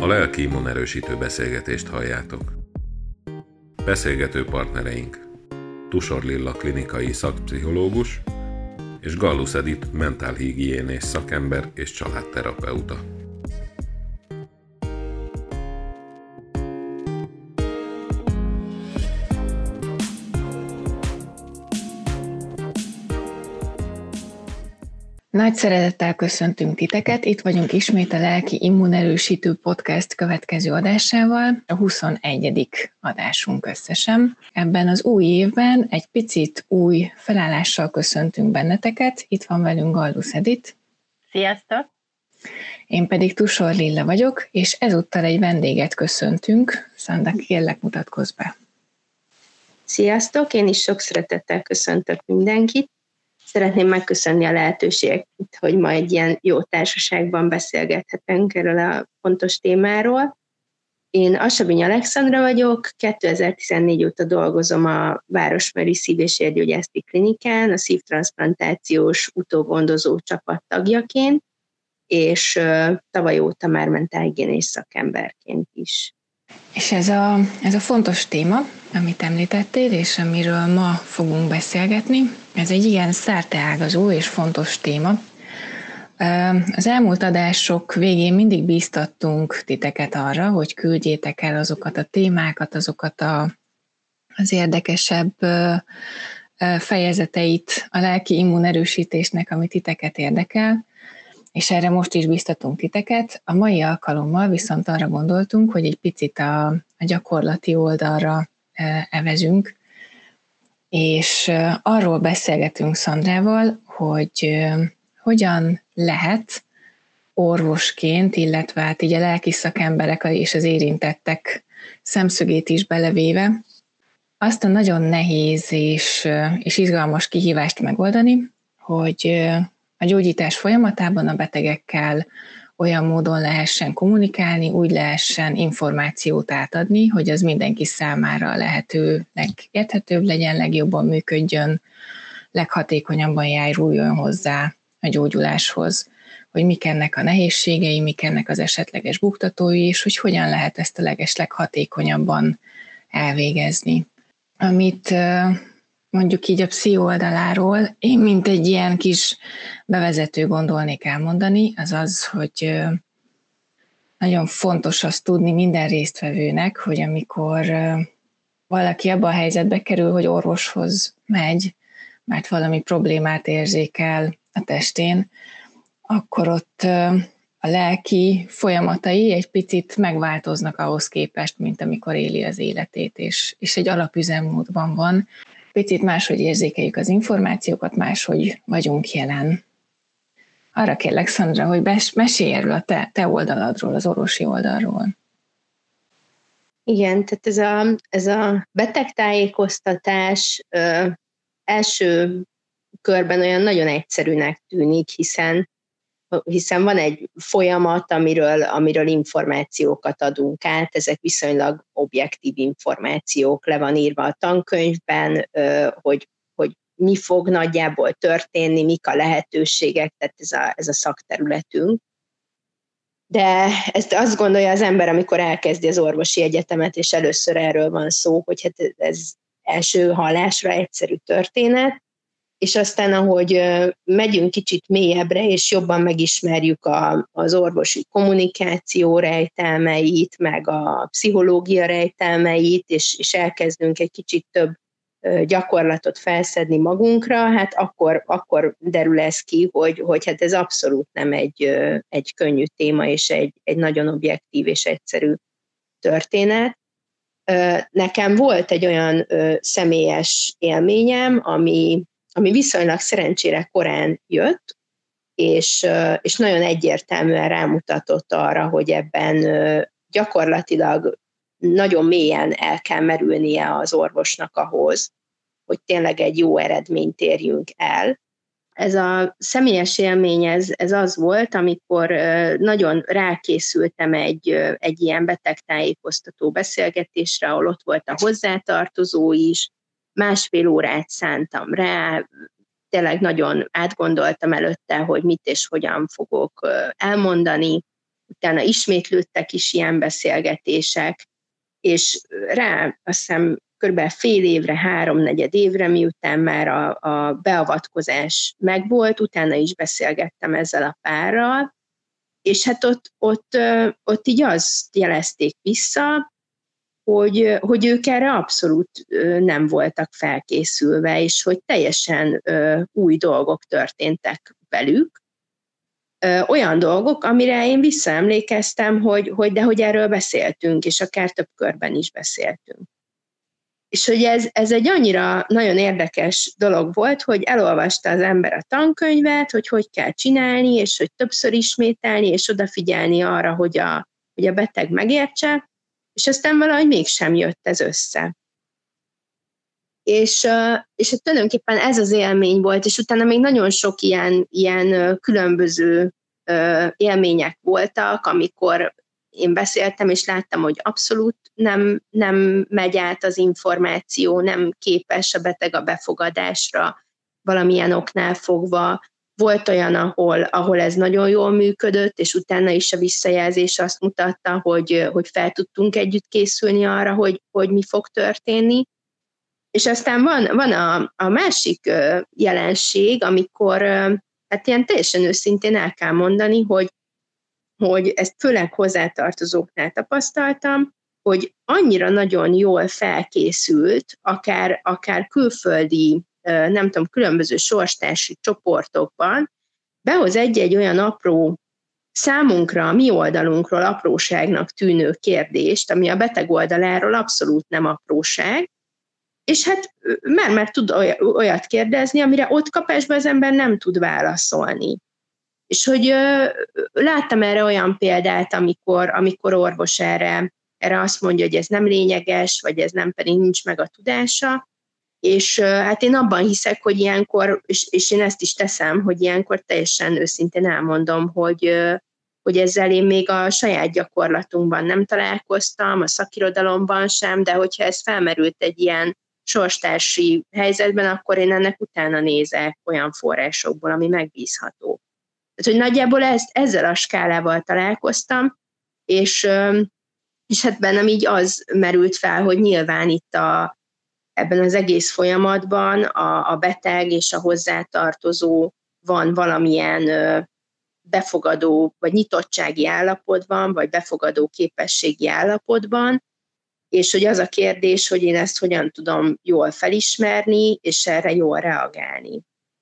A lelki immunerősítő beszélgetést halljátok. Beszélgető partnereink Tusor Lilla klinikai szakpszichológus és Gallus Edith mentálhigiénész szakember és családterapeuta. Nagy szeretettel köszöntünk titeket, itt vagyunk ismét a Lelki Immunerősítő Podcast következő adásával, a 21. adásunk összesen. Ebben az új évben egy picit új felállással köszöntünk benneteket, itt van velünk Gallus Edith. Sziasztok! Én pedig Tusor Lilla vagyok, és ezúttal egy vendéget köszöntünk. Szanda, kérlek, mutatkozz be! Sziasztok! Én is sok szeretettel köszöntök mindenkit. Szeretném megköszönni a lehetőséget, hogy ma egy ilyen jó társaságban beszélgethetünk erről a fontos témáról. Én Asabiny Alexandra vagyok, 2014 óta dolgozom a Városmari Szív- és Érgyógyászati Klinikán, a szívtranszplantációs utógondozó csapat tagjaként, és tavaly óta már mentálhigiénés szakemberként is. És ez a fontos téma, amit említettél, és amiről ma fogunk beszélgetni, ez egy igen szerteágazó és fontos téma. Az elmúlt adások végén mindig bíztattunk titeket arra, hogy küldjétek el azokat a témákat, azokat az érdekesebb fejezeteit a lelki immunerősítésnek, ami titeket érdekel, és erre most is biztatunk titeket. A mai alkalommal viszont arra gondoltunk, hogy egy picit a gyakorlati oldalra evezünk, és arról beszélgetünk Szandrával, hogy hogyan lehet orvosként, illetve hát így a lelki szakemberek és az érintettek szemszögét is belevéve azt a nagyon nehéz és izgalmas kihívást megoldani, hogy a gyógyítás folyamatában a betegekkel olyan módon lehessen kommunikálni, úgy lehessen információt átadni, hogy az mindenki számára lehető legérthetőbb legyen, legjobban működjön, leghatékonyabban járuljon hozzá a gyógyuláshoz, hogy mik ennek a nehézségei, mik ennek az esetleges buktatói, és hogy hogyan lehet ezt a leghatékonyabban elvégezni. Amit mondjuk így a pszicho oldaláról én mint egy ilyen kis bevezető gondolnék elmondani, az az, hogy nagyon fontos azt tudni minden résztvevőnek, hogy amikor valaki abba a helyzetbe kerül, hogy orvoshoz megy, mert valami problémát érzékel a testén, akkor ott a lelki folyamatai egy picit megváltoznak ahhoz képest, mint amikor éli az életét, és egy alapüzemmódban van. Picit máshogy érzékeljük az információkat, máshogy vagyunk jelen. Arra kérlek, Szandra, hogy mesélj erről a te oldaladról, az orvosi oldalról. Igen, tehát ez a betegtájékoztatás első körben olyan nagyon egyszerűnek tűnik, hiszen van egy folyamat, amiről információkat adunk át, ezek viszonylag objektív információk, le van írva a tankönyvben, hogy mi fog nagyjából történni, mik a lehetőségek, tehát ez a szakterületünk. De ezt azt gondolja az ember, amikor elkezdi az orvosi egyetemet, és először erről van szó, hogy hát ez első hallásra egyszerű történet, és aztán, ahogy megyünk kicsit mélyebbre, és jobban megismerjük az orvosi kommunikáció rejtelmeit, meg a pszichológia rejtelmeit, és elkezdünk egy kicsit több gyakorlatot felszedni magunkra, hát akkor derül ez ki, hogy hát ez abszolút nem egy könnyű téma, és egy nagyon objektív és egyszerű történet. Nekem volt egy olyan személyes élményem, ami viszonylag szerencsére korán jött, és nagyon egyértelműen rámutatott arra, hogy ebben gyakorlatilag nagyon mélyen el kell merülnie az orvosnak ahhoz, hogy tényleg egy jó eredményt érjünk el. Ez a személyes élmény, ez az volt, amikor nagyon rákészültem egy ilyen betegtájékoztató beszélgetésre, ahol ott volt a hozzátartozó is, 1,5 órát szántam rá, tényleg nagyon átgondoltam előtte, hogy mit és hogyan fogok elmondani, utána ismétlődtek is ilyen beszélgetések, és rá azt hiszem kb. Fél évre, 3-4 évre, miután már a beavatkozás megvolt, utána is beszélgettem ezzel a párral, és hát ott így azt jelezték vissza, hogy ők erre abszolút nem voltak felkészülve, és hogy teljesen új dolgok történtek velük. Olyan dolgok, amire én visszaemlékeztem, hogy erről beszéltünk, és akár több körben is beszéltünk. És hogy ez egy annyira nagyon érdekes dolog volt, hogy elolvasta az ember a tankönyvet, hogy kell csinálni, és hogy többször ismételni, és odafigyelni arra, hogy a beteg megértse, és aztán valahogy mégsem jött ez össze. És tulajdonképpen ez az élmény volt, és utána még nagyon sok ilyen különböző élmények voltak, amikor én beszéltem, és láttam, hogy abszolút nem megy át az információ, nem képes a beteg a befogadásra valamilyen oknál fogva. Volt olyan, ahol ez nagyon jól működött, és utána is a visszajelzés azt mutatta, hogy fel tudtunk együtt készülni arra, hogy mi fog történni. És aztán van a másik jelenség, amikor hát ilyen teljesen őszintén el kell mondani, hogy ezt főleg hozzátartozóknál tapasztaltam, hogy annyira nagyon jól felkészült, akár külföldi, nem tudom, különböző sorstársi csoportokban, behoz egy-egy olyan apró, számunkra, a mi oldalunkról apróságnak tűnő kérdést, ami a beteg oldaláról abszolút nem apróság, és hát már tud olyat kérdezni, amire ott kapásban az ember nem tud válaszolni. És hogy láttam erre olyan példát, amikor orvos erre azt mondja, hogy ez nem lényeges, vagy ez nem, pedig nincs meg a tudása, és hát én abban hiszek, hogy ilyenkor, és én ezt is teszem, hogy ilyenkor teljesen őszintén elmondom, hogy ezzel én még a saját gyakorlatunkban nem találkoztam, a szakirodalomban sem, de hogyha ez felmerült egy ilyen sorstársi helyzetben, akkor én ennek utána nézek olyan forrásokból, ami megbízható. Tehát, hogy nagyjából ezzel a skálával találkoztam, és hát bennem így az merült fel, hogy nyilván itt ebben az egész folyamatban a beteg és a hozzátartozó van valamilyen befogadó, vagy nyitottsági állapotban, vagy befogadó képességi állapotban, és hogy az a kérdés, hogy én ezt hogyan tudom jól felismerni, és erre jól reagálni.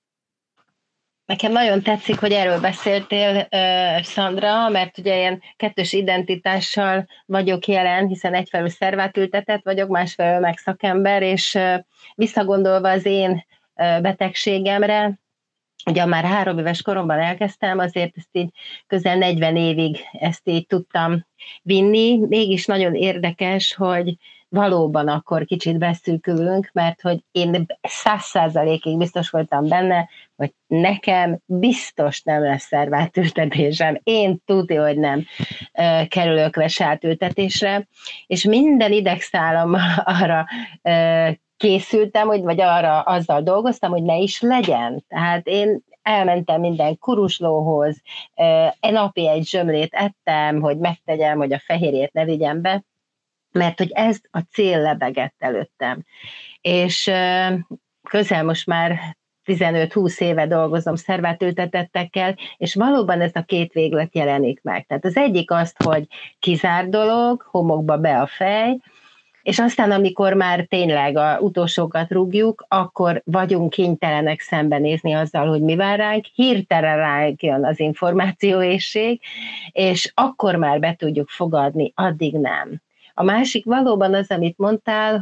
Nekem nagyon tetszik, hogy erről beszéltél, Szandra, mert ugye ilyen kettős identitással vagyok jelen, hiszen egyfelől szervátültetett vagyok, másfelől meg szakember, és visszagondolva az én betegségemre, ugye már 3 éves koromban elkezdtem, azért ezt így közel 40 évig ezt így tudtam vinni. Mégis nagyon érdekes, hogy valóban akkor kicsit beszűkülünk, mert hogy én 100%-ig biztos voltam benne, hogy nekem biztos nem lesz szervátültetésem. Én tudja, hogy nem kerülök vesáltültetésre, és minden idegszálammal arra készültem, vagy arra azzal dolgoztam, hogy ne is legyen. Tehát én elmentem minden kuruslóhoz, napi egy zsömlét ettem, hogy megtegyem, hogy a fehérjét ne vigyem be, mert hogy ez a cél lebegett előttem. És közel most már 15-20 éve dolgozom szervátültetettekkel, és valóban ez a két véglet jelenik meg. Tehát az egyik azt, hogy kizárt dolog, homokba be a fej, és aztán, amikor már tényleg az utolsókat rúgjuk, akkor vagyunk kénytelenek szembenézni azzal, hogy mi vár ránk, hirtelen ránk jön az információéhség, és akkor már be tudjuk fogadni, addig nem. A másik valóban az, amit mondtál,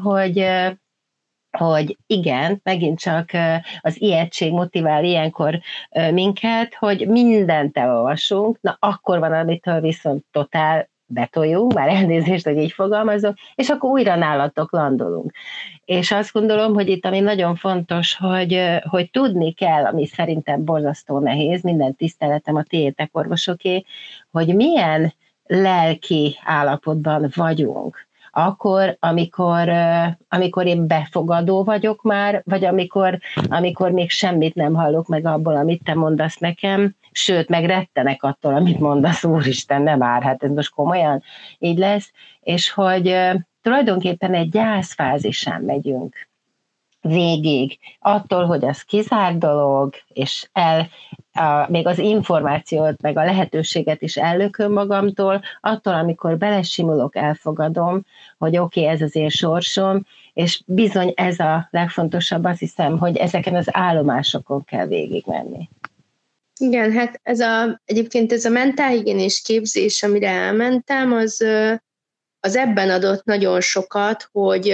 hogy igen, megint csak az ijegység motivál ilyenkor minket, hogy mindent elolvasunk, na akkor van, amitől viszont totál betoljunk, már elnézést, hogy így fogalmazok, és akkor újra nálatok landolunk. És azt gondolom, hogy itt ami nagyon fontos, hogy tudni kell, ami szerintem borzasztó nehéz, minden tiszteletem a tiétek orvosoké, hogy milyen lelki állapotban vagyunk, amikor én befogadó vagyok már, vagy amikor még semmit nem hallok meg abból, amit te mondasz nekem, sőt, meg rettenek attól, amit mondasz, úristen, nem már, hát ez most komolyan így lesz, és hogy tulajdonképpen egy gyászfázisán megyünk végig, attól, hogy az kizárt dolog, és még az információt, meg a lehetőséget is ellököm magamtól, attól, amikor belesimulok, elfogadom, hogy oké, ez az én sorsom, és bizony ez a legfontosabb, azt hiszem, hogy ezeken az állomásokon kell végigmenni. Igen, hát egyébként ez a mentálhigiénés képzés, amire elmentem, az ebben adott nagyon sokat, hogy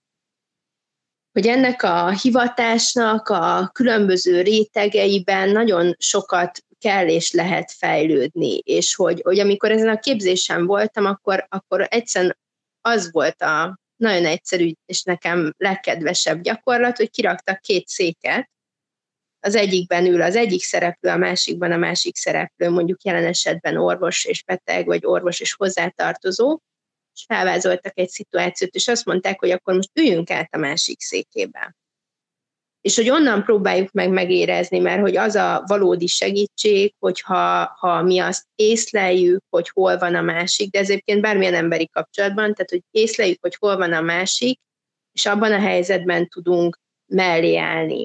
ennek a hivatásnak a különböző rétegeiben nagyon sokat kell és lehet fejlődni, és hogy amikor ezen a képzésen voltam, akkor egyszerűen az volt a nagyon egyszerű és nekem legkedvesebb gyakorlat, hogy kiraktak 2 széket, az egyikben ül az egyik szereplő, a másikban a másik szereplő, mondjuk jelen esetben orvos és beteg, vagy orvos és hozzátartozó, és felvázoltak egy szituációt, és azt mondták, hogy akkor most üljünk át a másik székébe. És hogy onnan próbáljuk meg megérezni, mert hogy az a valódi segítség, hogyha mi azt észleljük, hogy hol van a másik, de ez egyébként bármilyen emberi kapcsolatban, tehát hogy észleljük, hogy hol van a másik, és abban a helyzetben tudunk mellé állni.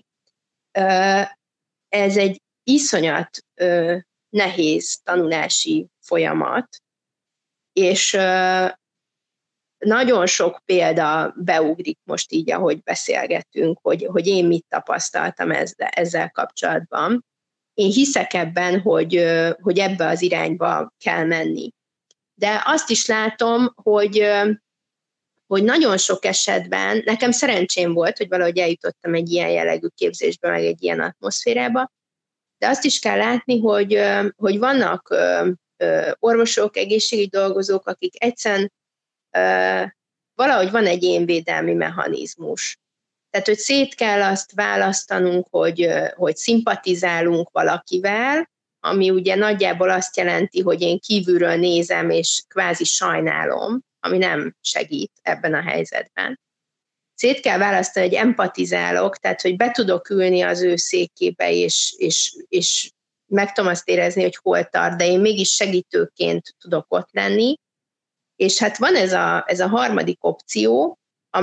Ez egy iszonyat nehéz tanulási folyamat, és nagyon sok példa beugrik most így, ahogy beszélgetünk, hogy én mit tapasztaltam ezzel kapcsolatban. Én hiszek ebben, hogy ebbe az irányba kell menni. De azt is látom, hogy nagyon sok esetben, nekem szerencsém volt, hogy valahogy eljutottam egy ilyen jellegű képzésbe, meg egy ilyen atmoszférába, de azt is kell látni, hogy vannak orvosok, egészségügyi dolgozók, akik egyszerűen valahogy van egy énvédelmi mechanizmus. Tehát, hogy szét kell azt választanunk, hogy szimpatizálunk valakivel, ami ugye nagyjából azt jelenti, hogy én kívülről nézem, és kvázi sajnálom, ami nem segít ebben a helyzetben. Szét kell választani, hogy empatizálok, tehát, hogy be tudok ülni az ő székébe, és meg tudom azt érezni, hogy hol tart, de én mégis segítőként tudok ott lenni. És hát van ez a harmadik opció,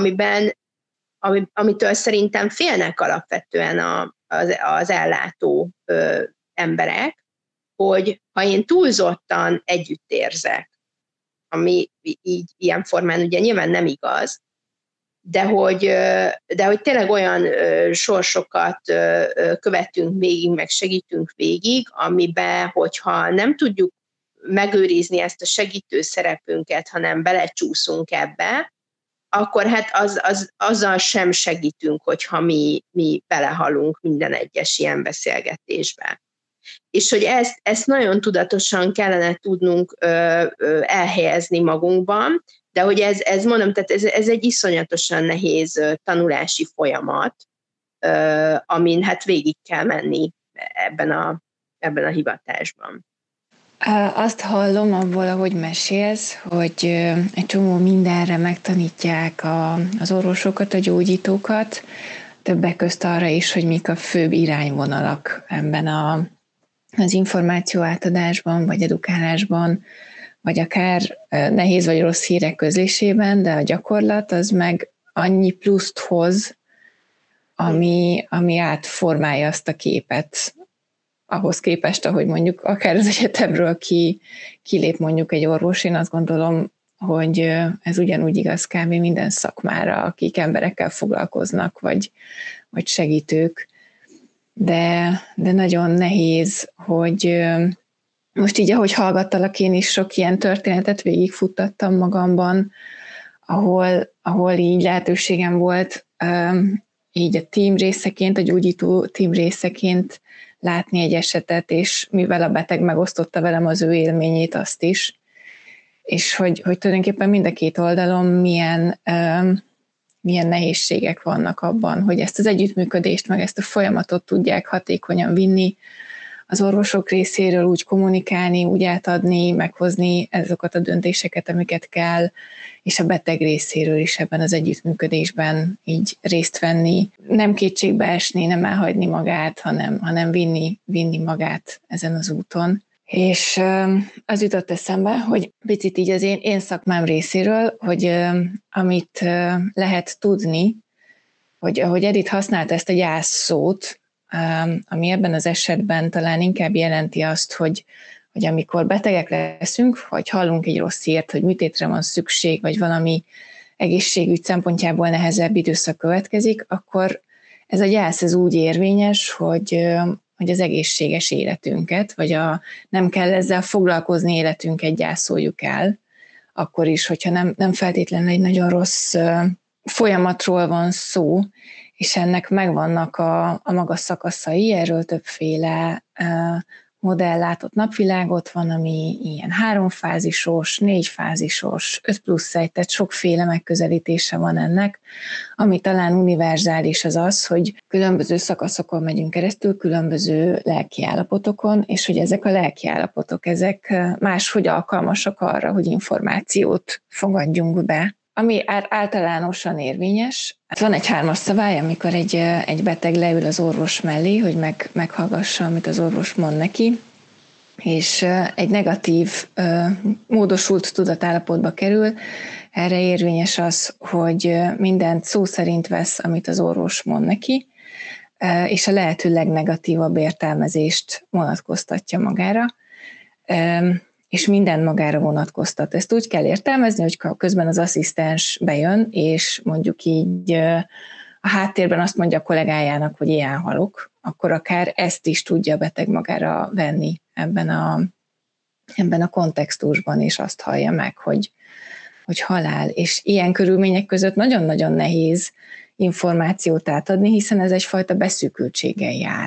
amitől szerintem félnek alapvetően az ellátó emberek, hogy ha én túlzottan együtt érzek, ami így ilyen formán ugye nyilván nem igaz, de hogy tényleg olyan sorsokat követünk végig, meg segítünk végig, amiben, hogyha nem tudjuk megőrizni ezt a segítő szerepünket, hanem belecsúszunk ebbe, akkor hát azzal sem segítünk, hogyha mi belehalunk minden egyes ilyen beszélgetésbe. És hogy ezt nagyon tudatosan kellene tudnunk elhelyezni magunkban, de hogy ez mondom, tehát ez egy iszonyatosan nehéz tanulási folyamat, amin hát végig kell menni ebben a hivatásban. Azt hallom abból, ahogy mesélsz, hogy egy csomó mindenre megtanítják az orvosokat, a gyógyítókat, többek közt arra is, hogy mik a főbb irányvonalak ebben az információ átadásban, vagy edukálásban, vagy akár nehéz vagy rossz hírek közlésében, de a gyakorlat az meg annyi pluszt hoz, ami átformálja azt a képet, ahhoz képest, ahogy mondjuk akár az egyetemről kilép mondjuk egy orvos, én azt gondolom, hogy ez ugyanúgy igaz kb. Minden szakmára, akik emberekkel foglalkoznak, vagy segítők, de nagyon nehéz, hogy most így, ahogy hallgattalak, én is sok ilyen történetet végigfuttattam magamban, ahol így lehetőségem volt így a tím részeként, a gyógyító tím részeként látni egy esetet, és mivel a beteg megosztotta velem az ő élményét, azt is, és hogy tulajdonképpen mind a két oldalon milyen nehézségek vannak abban, hogy ezt az együttműködést, meg ezt a folyamatot tudják hatékonyan vinni az orvosok részéről úgy kommunikálni, úgy átadni, meghozni azokat a döntéseket, amiket kell, és a beteg részéről is ebben az együttműködésben így részt venni. Nem kétségbe esni, nem elhagyni magát, hanem vinni magát ezen az úton. És az jutott eszembe, hogy picit így az én szakmám részéről, hogy amit lehet tudni, hogy ahogy Edith használta ezt a gyász szót, ami ebben az esetben talán inkább jelenti azt, hogy amikor betegek leszünk, vagy hallunk egy rossz hírt, hogy műtétre van szükség, vagy valami egészségügy szempontjából nehezebb időszak következik, akkor ez a gyász ez úgy érvényes, hogy az egészséges életünket, vagy nem kell ezzel foglalkozni életünket gyászoljuk el, akkor is, hogyha nem feltétlenül egy nagyon rossz folyamatról van szó, és ennek megvannak a maga szakaszai, erről többféle modell látott napvilágot van, ami ilyen 3-fázisos, 4-fázisos, 5+1, tehát sokféle megközelítése van ennek, ami talán univerzális az, hogy különböző szakaszokon megyünk keresztül, különböző lelkiállapotokon, és hogy ezek a lelkiállapotok, ezek máshogy alkalmasak arra, hogy információt fogadjunk be, ami általánosan érvényes. Van egy 3-as szabály, amikor egy beteg leül az orvos mellé, hogy meghallgassa, amit az orvos mond neki, és egy negatív, módosult tudatállapotba kerül. Erre érvényes az, hogy mindent szó szerint vesz, amit az orvos mond neki, és a lehető legnegatívabb értelmezést vonatkoztatja magára, és minden magára vonatkoztat. Ezt úgy kell értelmezni, hogy közben az asszisztens bejön, és mondjuk így a háttérben azt mondja a kollégájának, hogy ilyen halok, akkor akár ezt is tudja a beteg magára venni ebben a kontextusban, és azt hallja meg, hogy halál. És ilyen körülmények között nagyon-nagyon nehéz információt átadni, hiszen ez egyfajta beszűkültséggel jár.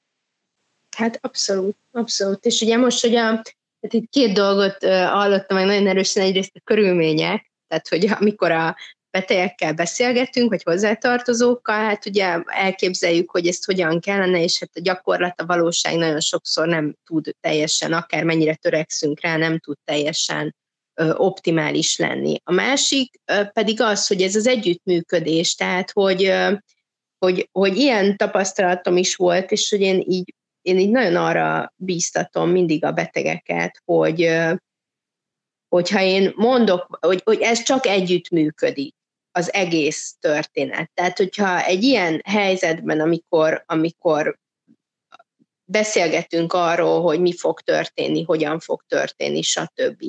Hát abszolút, abszolút. És ugye most, hogy tehát itt 2 dolgot hallottam meg nagyon erősen, egyrészt a körülmények, tehát hogy amikor a betegekkel beszélgetünk, vagy hozzátartozókkal, hát ugye elképzeljük, hogy ezt hogyan kellene, és hát a gyakorlat, a valóság nagyon sokszor nem tud teljesen, akár mennyire törekszünk rá, nem tud teljesen optimális lenni. A másik pedig az, hogy ez az együttműködés, tehát hogy ilyen tapasztalatom is volt, és hogy én így nagyon arra bíztatom mindig a betegeket, hogyha én mondok, hogy ez csak együtt működik, az egész történet. Tehát, hogyha egy ilyen helyzetben, amikor beszélgetünk arról, hogy mi fog történni, hogyan fog történni, stb.,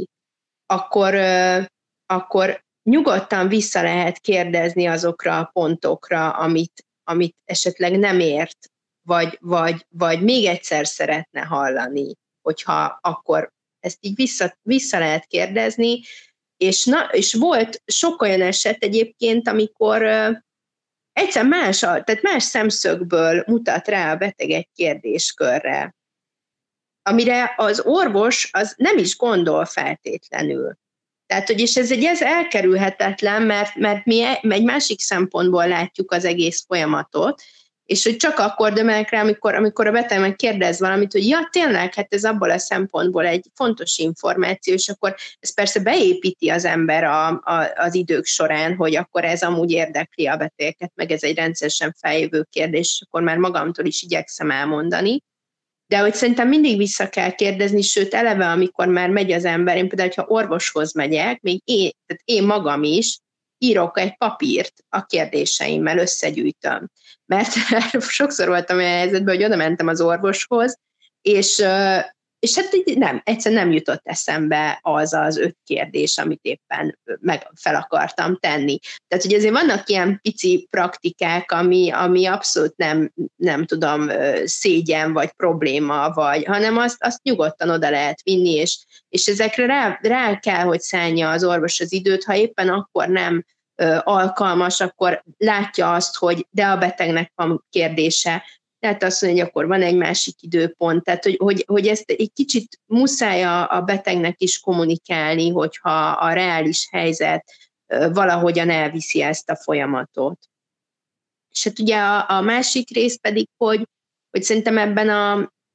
akkor nyugodtan vissza lehet kérdezni azokra a pontokra, amit esetleg nem ért, vagy még egyszer szeretne hallani, hogyha akkor ezt így vissza lehet kérdezni, és volt sok olyan eset egyébként, amikor egyszer más szemszögből mutat rá a beteg egy kérdéskörre, amire az orvos az nem is gondol feltétlenül. Tehát, hogy ez elkerülhetetlen, mert mi egy másik szempontból látjuk az egész folyamatot, és hogy csak akkor dömelek rá, amikor a beteg megkérdez valamit, hogy ja, tényleg, hát ez abból a szempontból egy fontos információ, és akkor ez persze beépíti az ember az idők során, hogy akkor ez amúgy érdekli a betegeket, meg ez egy rendszeresen feljövő kérdés, és akkor már magamtól is igyekszem elmondani. De hogy szerintem mindig vissza kell kérdezni, sőt eleve, amikor már megy az ember, én például, ha orvoshoz megyek, még én magam is írok egy papírt a kérdéseimmel, összegyűjtöm. Mert sokszor voltam olyan helyzetben, hogy oda mentem az orvoshoz, és hát egyszerűen nem jutott eszembe az 5 kérdés, amit éppen fel akartam tenni. Tehát, hogy azért vannak ilyen pici praktikák, ami abszolút nem tudom, szégyen vagy probléma, hanem azt nyugodtan oda lehet vinni, és ezekre rá kell, hogy szállja az orvos az időt, ha éppen akkor nem alkalmas, akkor látja azt, hogy de a betegnek van kérdése, tehát azt mondja, hogy akkor van egy másik időpont, tehát hogy ezt egy kicsit muszáj a betegnek is kommunikálni, hogyha a reális helyzet valahogyan elviszi ezt a folyamatot. És hát ugye a másik rész pedig, hogy szerintem ebben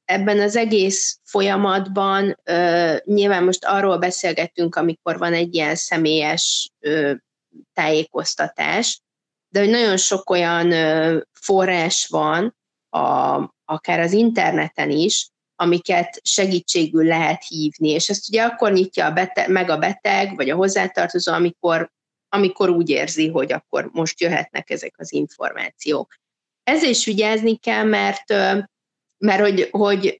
ebben az egész folyamatban nyilván most arról beszélgettünk, amikor van egy ilyen személyes tájékoztatás, de hogy nagyon sok olyan forrás van, akár az interneten is, amiket segítségül lehet hívni, és ezt ugye akkor nyitja meg a beteg, vagy a hozzátartozó, amikor úgy érzi, hogy akkor most jöhetnek ezek az információk. Ezzel is vigyázni kell, mert hogy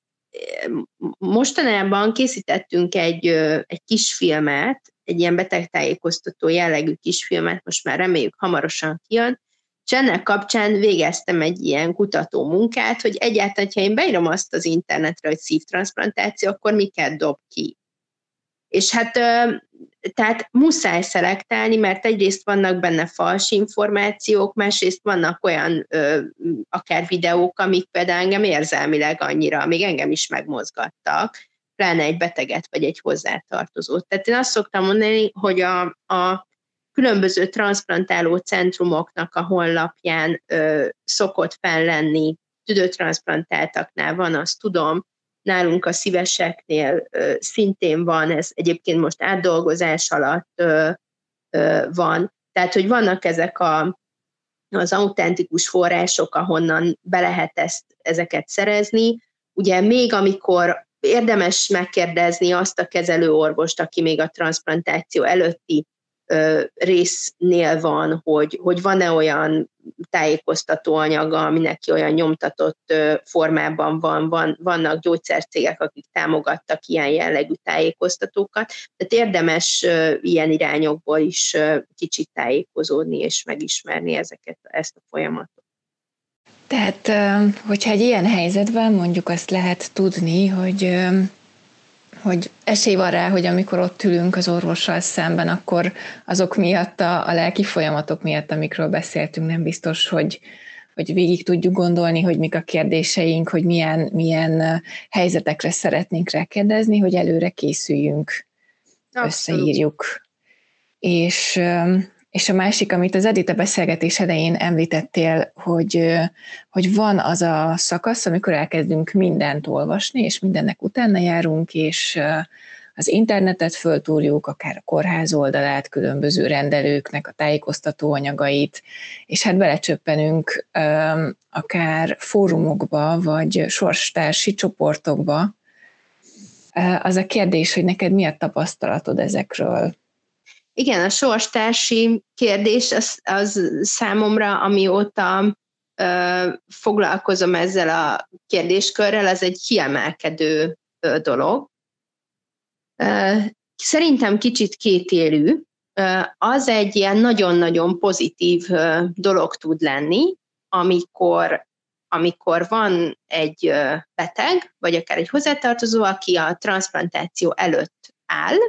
mostanában készítettünk egy kisfilmet, egy ilyen betegtájékoztató jellegű kisfilmet, most már reméljük hamarosan kijön, és ennek kapcsán végeztem egy ilyen kutató munkát, hogy egyáltalán, ha én beírom azt az internetre, hogy szívtranszplantáció, akkor miket dob ki. És hát tehát muszáj szelektálni, mert egyrészt vannak benne fals információk, másrészt vannak olyan akár videók, amik például engem érzelmileg annyira, még engem is megmozgattak, pláne egy beteget vagy egy hozzátartozót. Tehát én azt szoktam mondani, hogy a különböző transzplantáló centrumoknak a honlapján szokott fenn lenni, tüdőtranszplantáltaknál van, azt tudom, nálunk a szíveseknél szintén van, ez egyébként most átdolgozás alatt van. Tehát, hogy vannak ezek az autentikus források, ahonnan be lehet ezeket szerezni. Ugye még amikor érdemes megkérdezni azt a kezelőorvost, aki még a transzplantáció előtti résznél van, hogy van-e olyan tájékoztatóanyaga, ami neki olyan nyomtatott formában vannak gyógyszercégek, akik támogattak ilyen jellegű tájékoztatókat, tehát érdemes ilyen irányokból is kicsit tájékozódni és megismerni ezt a folyamatot. Tehát, hogyha egy ilyen helyzetben mondjuk azt lehet tudni, hogy esély van rá, hogy amikor ott ülünk az orvossal szemben, akkor azok miatt, a lelki folyamatok miatt, amikről beszéltünk, nem biztos, hogy végig tudjuk gondolni, hogy mik a kérdéseink, hogy milyen helyzetekre szeretnénk rákérdezni, hogy előre készüljünk, összeírjuk. És a másik, amit az Edith a beszélgetés elején említettél, hogy van az a szakasz, amikor elkezdünk mindent olvasni, és mindennek utána járunk, és az internetet föltúrjuk, akár a kórház oldalát, különböző rendelőknek a tájékoztató anyagait, és hát belecsöppenünk akár fórumokba, vagy sorstársi csoportokba. Az a kérdés, hogy neked mi a tapasztalatod ezekről? Igen, a sorstársi kérdés az számomra, amióta foglalkozom ezzel a kérdéskörrel, az egy kiemelkedő dolog. Szerintem kicsit kétélű. Az egy ilyen nagyon-nagyon pozitív dolog tud lenni, amikor van egy beteg, vagy akár egy hozzátartozó, aki a transzplantáció előtt áll,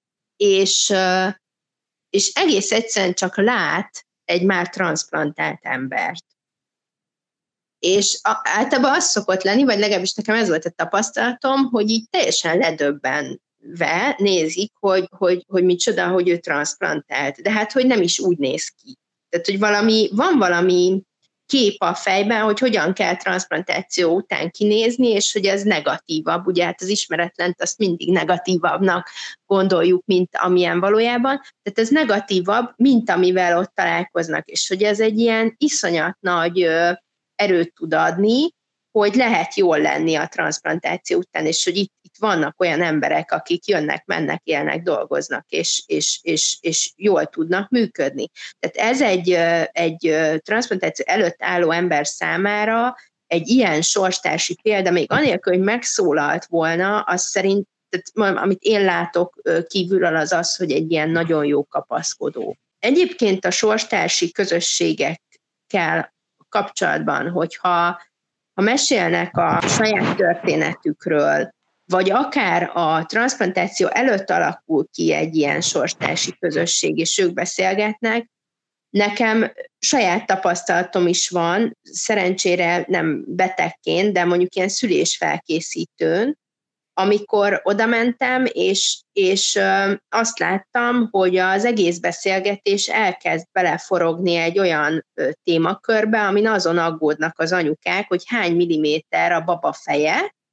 és egész egyszerűen csak lát egy már transzplantált embert. És általában az szokott lenni, vagy legalábbis nekem ez volt a tapasztalatom, hogy így teljesen ledöbbenve nézik, hogy micsoda, hogy ő transzplantált. De hát, hogy nem is úgy néz ki. Tehát, hogy van valami kép a fejben, hogy hogyan kell transzplantáció után kinézni, és hogy ez negatívabb. Ugye hát az ismeretlent azt mindig negatívabbnak gondoljuk, mint amilyen valójában. Tehát ez negatívabb, mint amivel ott találkoznak, és hogy ez egy ilyen iszonyat nagy erőt tud adni, hogy lehet jól lenni a transzplantáció után, és hogy itt vannak olyan emberek, akik jönnek, mennek, élnek, dolgoznak, és jól tudnak működni. Tehát ez egy transzplantáció előtt álló ember számára egy ilyen sorstársi példa, még anélkül, hogy megszólalt volna, az szerint, tehát, amit én látok kívülről, az, hogy egy ilyen nagyon jó kapaszkodó. Egyébként a sorstársi közösségekkel kapcsolatban, hogyha mesélnek a saját történetükről, vagy akár a transzplantáció előtt alakul ki egy ilyen sorstársi közösség, és ők beszélgetnek, nekem saját tapasztalatom is van, szerencsére nem betegként, de mondjuk ilyen szülésfelkészítőn, amikor oda mentem, és azt láttam, hogy az egész beszélgetés elkezd beleforogni egy olyan témakörbe, amin azon aggódnak az anyukák, hogy hány milliméter a baba feje,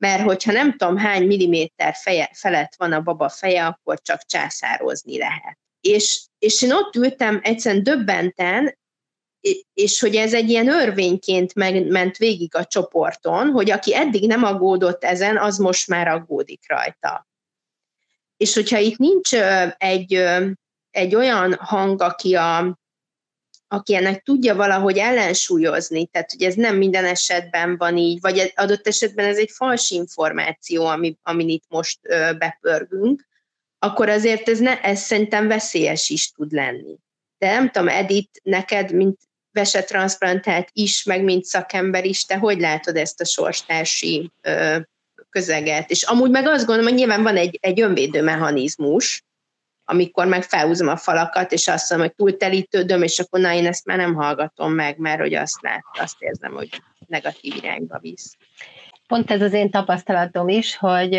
mert hogyha nem tudom hány milliméter felett van a baba feje, akkor csak császározni lehet. És én ott ültem egyszerűen döbbenten, és hogy ez egy ilyen örvényként ment végig a csoporton, hogy aki eddig nem aggódott ezen, az most már aggódik rajta. És hogyha itt nincs egy olyan hang, aki ennek tudja valahogy ellensúlyozni, tehát hogy ez nem minden esetben van így, vagy adott esetben ez egy fals információ, amin itt most bepörgünk, akkor azért ez szerintem veszélyes is tud lenni. De nem tudom, Edith, neked, mint vesetranszplantált is, meg mint szakember is, te hogy látod ezt a sorstársi közeget? És amúgy meg azt gondolom, hogy nyilván van egy önvédő mechanizmus, amikor meg felhúzom a falakat, és azt mondom, hogy túltelítődöm, és akkor én ezt már nem hallgatom meg, mert hogy azt érzem, hogy negatív irányba visz. Pont ez az én tapasztalatom is, hogy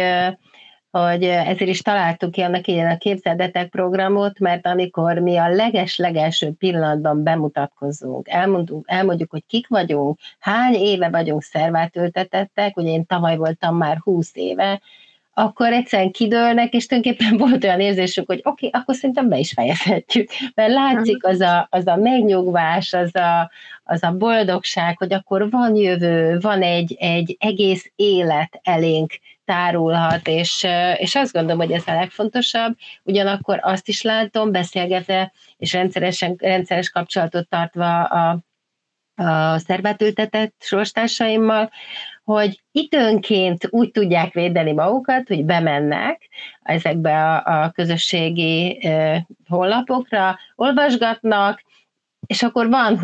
ezért is találtuk ki annak ilyen a Képzeldetek programot, mert amikor mi a legelső pillanatban bemutatkozunk, elmondjuk, hogy kik vagyunk, hány éve vagyunk szervátültetettek, ugye én tavaly voltam már 20 éve, akkor egyszerűen kidőlnek, és tulajdonképpen volt olyan érzésük, hogy oké, akkor szerintem be is fejezhetjük. Mert látszik az a megnyugvás, az a boldogság, hogy akkor van jövő, van egy egész élet elénk tárulhat, és azt gondolom, hogy ez a legfontosabb. Ugyanakkor azt is látom, beszélgetve, és rendszeres kapcsolatot tartva a szervátültetett sorstársaimmal, hogy időnként úgy tudják védeni magukat, hogy bemennek ezekbe a közösségi honlapokra, olvasgatnak, és akkor van,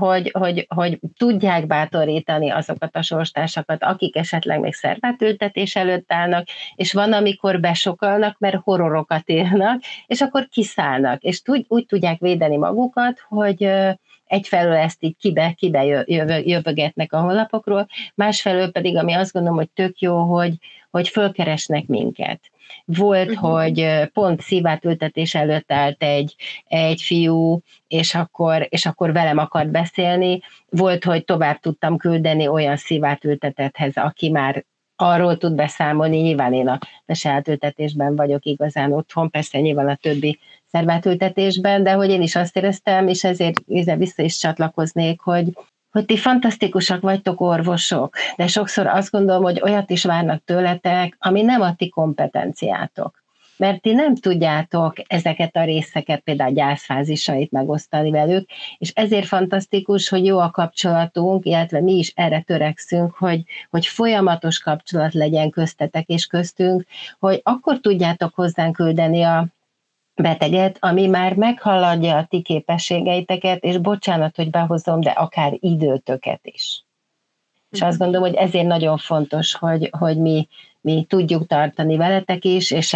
hogy tudják bátorítani azokat a sorstársakat, akik esetleg még szervátültetés előtt állnak, és van, amikor besokalnak, mert horrorokat élnek, és akkor kiszállnak, és úgy tudják védeni magukat, hogy egyfelől ezt így kibe jövögetnek a honlapokról, másfelől pedig, ami azt gondolom, hogy tök jó, hogy fölkeresnek minket. Volt, hogy pont szívátültetés előtt állt egy fiú, és akkor velem akart beszélni. Volt, hogy tovább tudtam küldeni olyan szívátültetethez, aki már arról tud beszámolni, nyilván én a veseátültetésben vagyok igazán otthon, persze nyilván a többi szervátültetésben, de hogy én is azt éreztem, és ezért vissza is csatlakoznék, hogy ti fantasztikusak vagytok orvosok, de sokszor azt gondolom, hogy olyat is várnak tőletek, ami nem a ti kompetenciátok. Mert ti nem tudjátok ezeket a részeket, például gyászfázisait megosztani velük, és ezért fantasztikus, hogy jó a kapcsolatunk, illetve mi is erre törekszünk, hogy folyamatos kapcsolat legyen köztetek és köztünk, hogy akkor tudjátok hozzánk küldeni a beteget, ami már meghaladja a ti képességeiteket, és bocsánat, hogy behozom, de akár időtöket is. És azt gondolom, hogy ezért nagyon fontos, hogy mi tudjuk tartani veletek is, és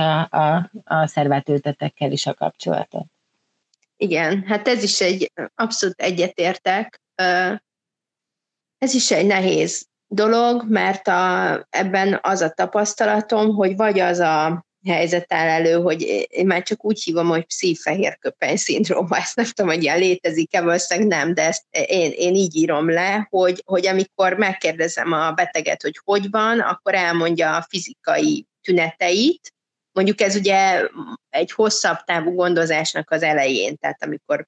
a szervátültetekkel is a kapcsolatot. Igen, hát ez is abszolút egyetértek. Ez is egy nehéz dolog, mert ebben az a tapasztalatom, hogy vagy az a helyzet áll elő, hogy én már csak úgy hívom, hogy pszichfehérköpeny-szindróma, ezt nem tudom, hogy ilyen létezik-e, valószínűleg nem, de ezt én így írom le, hogy amikor megkérdezem a beteget, hogy van, akkor elmondja a fizikai tüneteit. Mondjuk ez ugye egy hosszabb távú gondozásnak az elején, tehát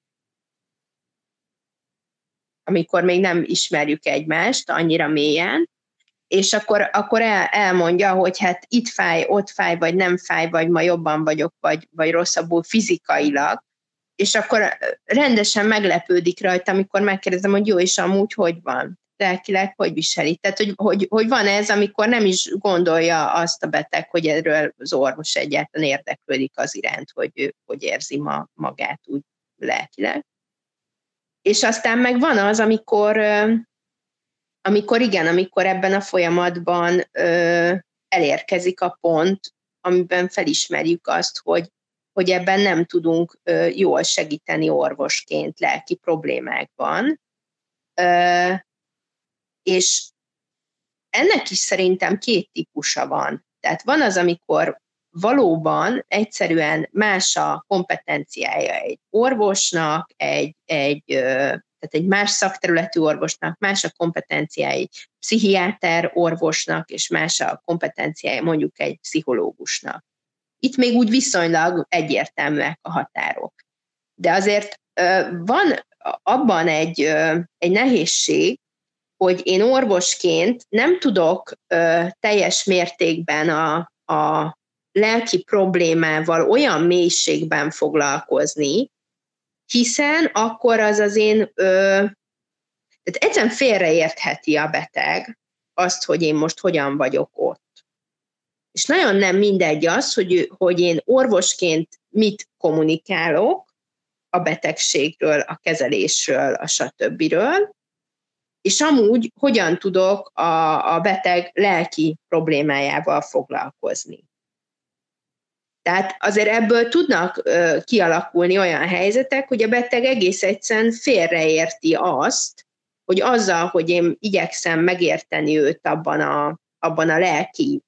amikor még nem ismerjük egymást annyira mélyen, és akkor elmondja, hogy hát itt fáj, ott fáj, vagy nem fáj, vagy ma jobban vagyok, vagy rosszabbul fizikailag, és akkor rendesen meglepődik rajta, amikor megkérdezem, hogy jó, és amúgy hogy van? Lelkileg hogy viseli? Tehát, hogy van ez, amikor nem is gondolja azt a beteg, hogy erről az orvos egyáltalán érdeklődik az iránt, hogy érzi magát úgy lelkileg. És aztán meg van az, amikor ebben a folyamatban elérkezik a pont, amiben felismerjük azt, hogy ebben nem tudunk jól segíteni orvosként lelki problémákban. És ennek is szerintem két típusa van. Tehát van az, amikor valóban egyszerűen más a kompetenciája egy orvosnak, egy Tehát egy más szakterületű orvosnak más a kompetenciája egy pszichiáter orvosnak, és más a kompetenciája mondjuk egy pszichológusnak. Itt még úgy viszonylag egyértelműek a határok. De azért van abban egy nehézség, hogy én orvosként nem tudok teljes mértékben a lelki problémával olyan mélységben foglalkozni, hiszen akkor az én, tehát egyszerűen félreértheti a beteg azt, hogy én most hogyan vagyok ott. És nagyon nem mindegy az, hogy én orvosként mit kommunikálok a betegségről, a kezelésről, a stb. És amúgy hogyan tudok a beteg lelki problémájával foglalkozni. Tehát azért ebből tudnak kialakulni olyan helyzetek, hogy a beteg egész egyszerűen félreérti azt, hogy azzal, hogy én igyekszem megérteni őt abban a lelki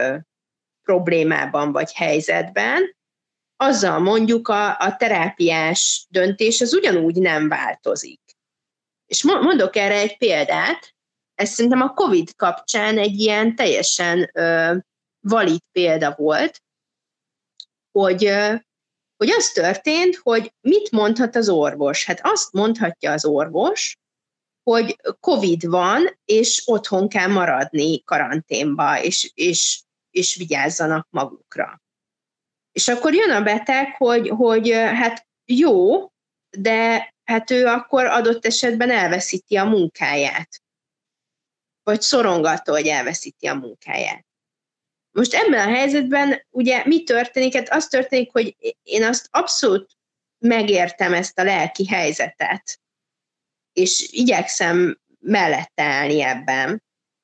problémában vagy helyzetben, azzal mondjuk a terápiás döntés az ugyanúgy nem változik. És mondok erre egy példát, ez szerintem a COVID kapcsán egy ilyen teljesen valid példa volt, hogy az történt, hogy mit mondhat az orvos? Hát azt mondhatja az orvos, hogy COVID van, és otthon kell maradni karanténba, és vigyázzanak magukra. És akkor jön a beteg, hogy hát jó, de hát ő akkor adott esetben elveszíti a munkáját. Vagy szorong attól, hogy elveszíti a munkáját. Most ebben a helyzetben ugye mi történik? Hát az történik, hogy én azt abszolút megértem ezt a lelki helyzetet, és igyekszem mellette állni ebben.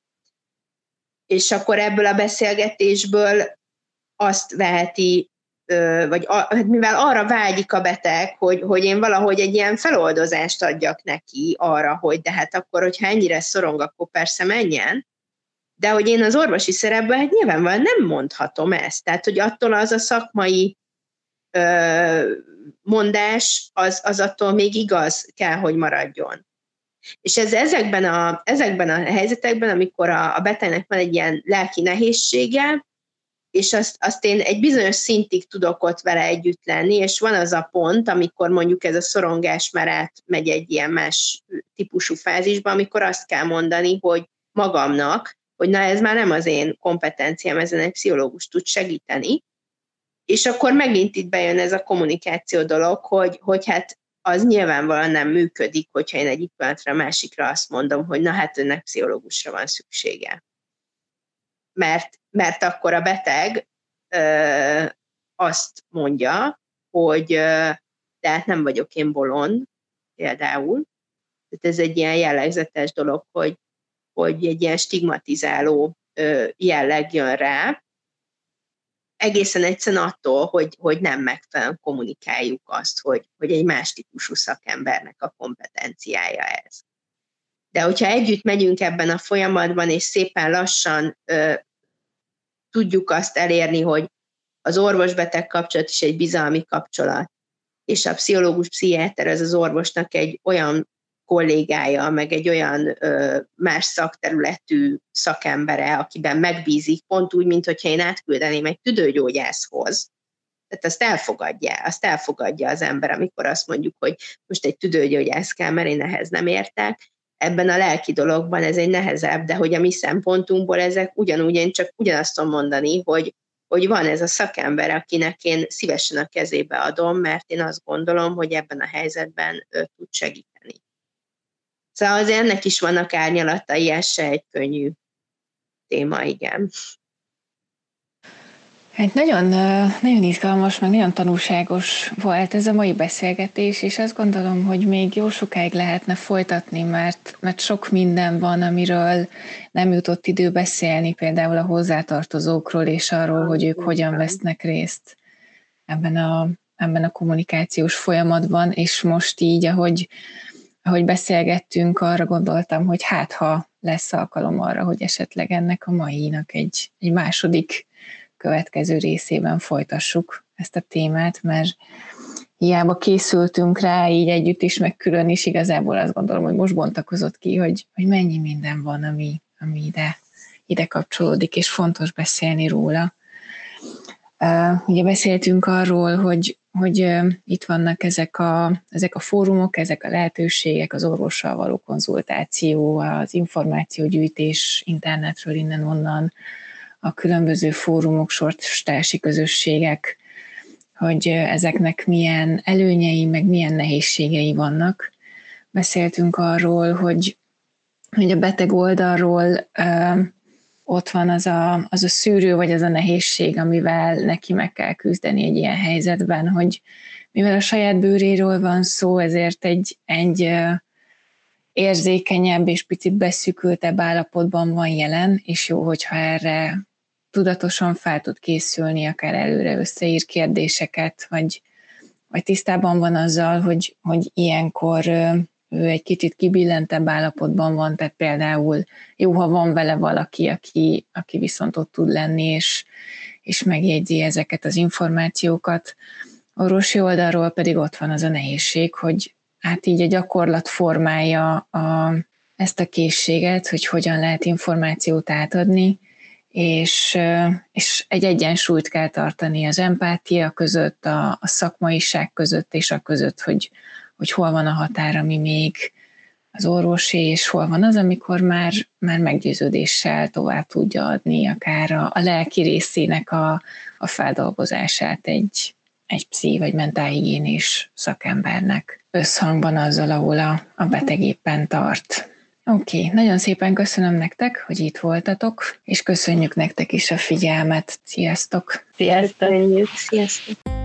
És akkor ebből a beszélgetésből azt veheti, vagy mivel arra vágyik a beteg, hogy én valahogy egy ilyen feloldozást adjak neki arra, hogy de hát akkor, hogyha ennyire szorong, akkor persze menjen, de hogy én az orvosi szerepben hát nyilvánvalóan nem mondhatom ezt. Tehát, hogy attól az a szakmai mondás, az attól még igaz kell, hogy maradjon. És ezekben a helyzetekben, amikor a betegnek van egy ilyen lelki nehézsége, és azt én egy bizonyos szintig tudok ott vele együtt lenni, és van az a pont, amikor mondjuk ez a szorongás már átmegy egy ilyen más típusú fázisba, amikor azt kell mondani, hogy magamnak, hogy na ez már nem az én kompetenciám, ezen egy pszichológus tud segíteni, és akkor megint itt bejön ez a kommunikáció dolog, hogy hát az nyilvánvalóan nem működik, hogyha én egyik pillanatra a másikra azt mondom, hogy na hát önnek pszichológusra van szüksége. Mert akkor a beteg azt mondja, hogy de hát nem vagyok én bolond, például. Tehát ez egy ilyen jellegzetes dolog, hogy egy ilyen stigmatizáló jelleg jön rá, egészen egyszerűen attól, hogy nem megfelelően kommunikáljuk azt, hogy egy más típusú szakembernek a kompetenciája ez. De hogyha együtt megyünk ebben a folyamatban, és szépen lassan tudjuk azt elérni, hogy az orvos-beteg kapcsolat is egy bizalmi kapcsolat, és a pszichológus-pszichiáter az orvosnak egy olyan kollégája, meg egy olyan más szakterületű szakembere, akiben megbízik, pont úgy, mint hogyha én átküldeném egy tüdőgyógyászhoz. Tehát azt elfogadja az ember, amikor azt mondjuk, hogy most egy tüdőgyógyász kell, mert én ehhez nem értek. Ebben a lelki dologban ez egy nehezebb, de hogy a mi szempontunkból ezek ugyanúgy, én csak ugyanazt tudom mondani, hogy van ez a szakember, akinek én szívesen a kezébe adom, mert én azt gondolom, hogy ebben a helyzetben tud segíteni. Szóval azért ennek is vannak árnyalatai, ez se egy könnyű téma, igen. Hát nagyon izgalmas, meg nagyon tanulságos volt ez a mai beszélgetés, és azt gondolom, hogy még jó sokáig lehetne folytatni, mert sok minden van, amiről nem jutott idő beszélni, például a hozzátartozókról, és arról, hogy ők hogyan vesznek részt ebben a kommunikációs folyamatban, és most így, ahogy beszélgettünk, arra gondoltam, hogy hát ha lesz alkalom arra, hogy esetleg ennek a mainak egy második következő részében folytassuk ezt a témát, mert hiába készültünk rá így együtt is, meg külön is, igazából azt gondolom, hogy most bontakozott ki, hogy mennyi minden van, ami ide kapcsolódik, és fontos beszélni róla. Ugye beszéltünk arról, hogy itt vannak ezek a fórumok, ezek a lehetőségek, az orvossal való konzultáció, az információgyűjtés internetről, innen-onnan, a különböző fórumok, sorstársi közösségek, hogy ezeknek milyen előnyei, meg milyen nehézségei vannak. Beszéltünk arról, hogy a beteg oldalról ott van az a szűrő, vagy az a nehézség, amivel neki meg kell küzdeni egy ilyen helyzetben, hogy mivel a saját bőréről van szó, ezért egy érzékenyebb és picit beszűkültebb állapotban van jelen, és jó, hogyha erre tudatosan fel tud készülni, akár előre összeír kérdéseket, vagy tisztában van azzal, hogy ilyenkor ő egy kicsit kibillentebb állapotban van, tehát például jó, ha van vele valaki, aki viszont ott tud lenni, és megjegyzi ezeket az információkat. Orvosi oldalról pedig ott van az a nehézség, hogy hát így a gyakorlat formálja ezt a készséget, hogy hogyan lehet információt átadni, és egy egyensúlyt kell tartani az empátia között, a szakmaiság között, és a között, hogy hol van a határ, ami még az orvosi, és hol van az, amikor már meggyőződéssel tovább tudja adni akár a lelki részének a feldolgozását egy pszi vagy mentálhigiénés szakembernek összhangban azzal, ahol a beteg éppen tart. Oké, nagyon szépen köszönöm nektek, hogy itt voltatok, és köszönjük nektek is a figyelmet. Sziasztok! Sziasztok! Sziasztok!